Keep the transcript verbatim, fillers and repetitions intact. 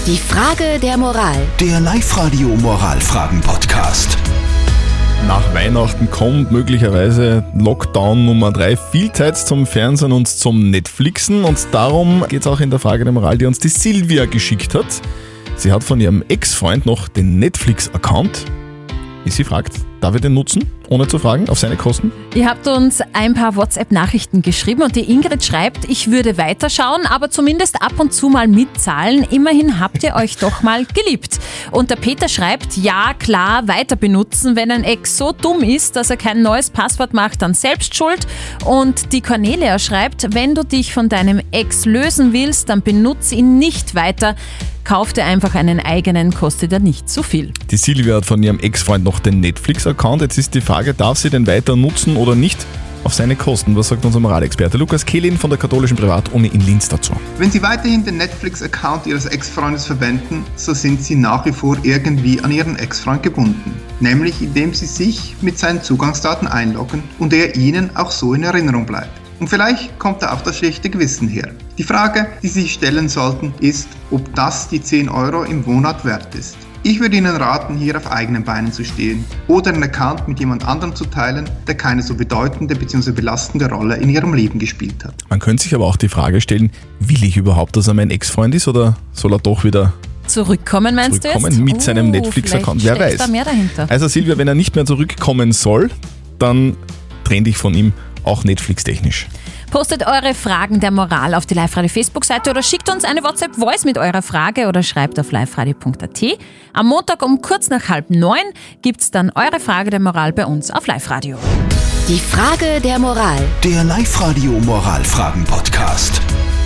Die Frage der Moral. Der Live-Radio-Moralfragen-Podcast. Nach Weihnachten kommt möglicherweise Lockdown Nummer drei. Viel Zeit zum Fernsehen und zum Netflixen. Und darum geht es auch in der Frage der Moral, die uns die Silvia geschickt hat. Sie hat von ihrem Ex-Freund noch den Netflix-Account. Sie fragt, darf ich den nutzen, ohne zu fragen, auf seine Kosten? Ihr habt uns ein paar WhatsApp-Nachrichten geschrieben und die Ingrid schreibt, ich würde weiterschauen, aber zumindest ab und zu mal mitzahlen. Immerhin habt ihr euch doch mal geliebt. Und der Peter schreibt, ja klar, weiter benutzen. Wenn ein Ex so dumm ist, dass er kein neues Passwort macht, dann selbst schuld. Und die Cornelia schreibt, wenn du dich von deinem Ex lösen willst, dann benutze ihn nicht weiter. Kauf dir einfach einen eigenen, kostet ja nicht so viel. Die Silvia hat von ihrem Ex-Freund noch den Netflix-Account. Jetzt ist die Frage, darf sie den weiter nutzen oder nicht? Auf seine Kosten. Was sagt unser Moralexperte Lukas Kehlin von der katholischen Privatuni in Linz dazu? Wenn Sie weiterhin den Netflix-Account Ihres Ex-Freundes verwenden, so sind Sie nach wie vor irgendwie an Ihren Ex-Freund gebunden. Nämlich indem Sie sich mit seinen Zugangsdaten einloggen und er Ihnen auch so in Erinnerung bleibt. Und vielleicht kommt da auch das schlechte Gewissen her. Die Frage, die Sie sich stellen sollten, ist, ob das die zehn Euro im Monat wert ist. Ich würde Ihnen raten, hier auf eigenen Beinen zu stehen oder einen Account mit jemand anderem zu teilen, der keine so bedeutende bzw. belastende Rolle in Ihrem Leben gespielt hat. Man könnte sich aber auch die Frage stellen, will ich überhaupt, dass er mein Ex-Freund ist oder soll er doch wieder Zurückkommen, meinst zurückkommen du jetzt? mit seinem uh, Netflix-Account? Wer weiß. Da mehr dahinter. Also Silvia, wenn er nicht mehr zurückkommen soll, dann trenn dich von ihm, auch Netflix-technisch. Postet eure Fragen der Moral auf die Live-Radio-Facebook-Seite oder schickt uns eine WhatsApp-Voice mit eurer Frage oder schreibt auf liveradio punkt at. Am Montag um kurz nach halb neun gibt's dann eure Frage der Moral bei uns auf Live-Radio. Die Frage der Moral. Der Live-Radio-Moralfragen-Podcast.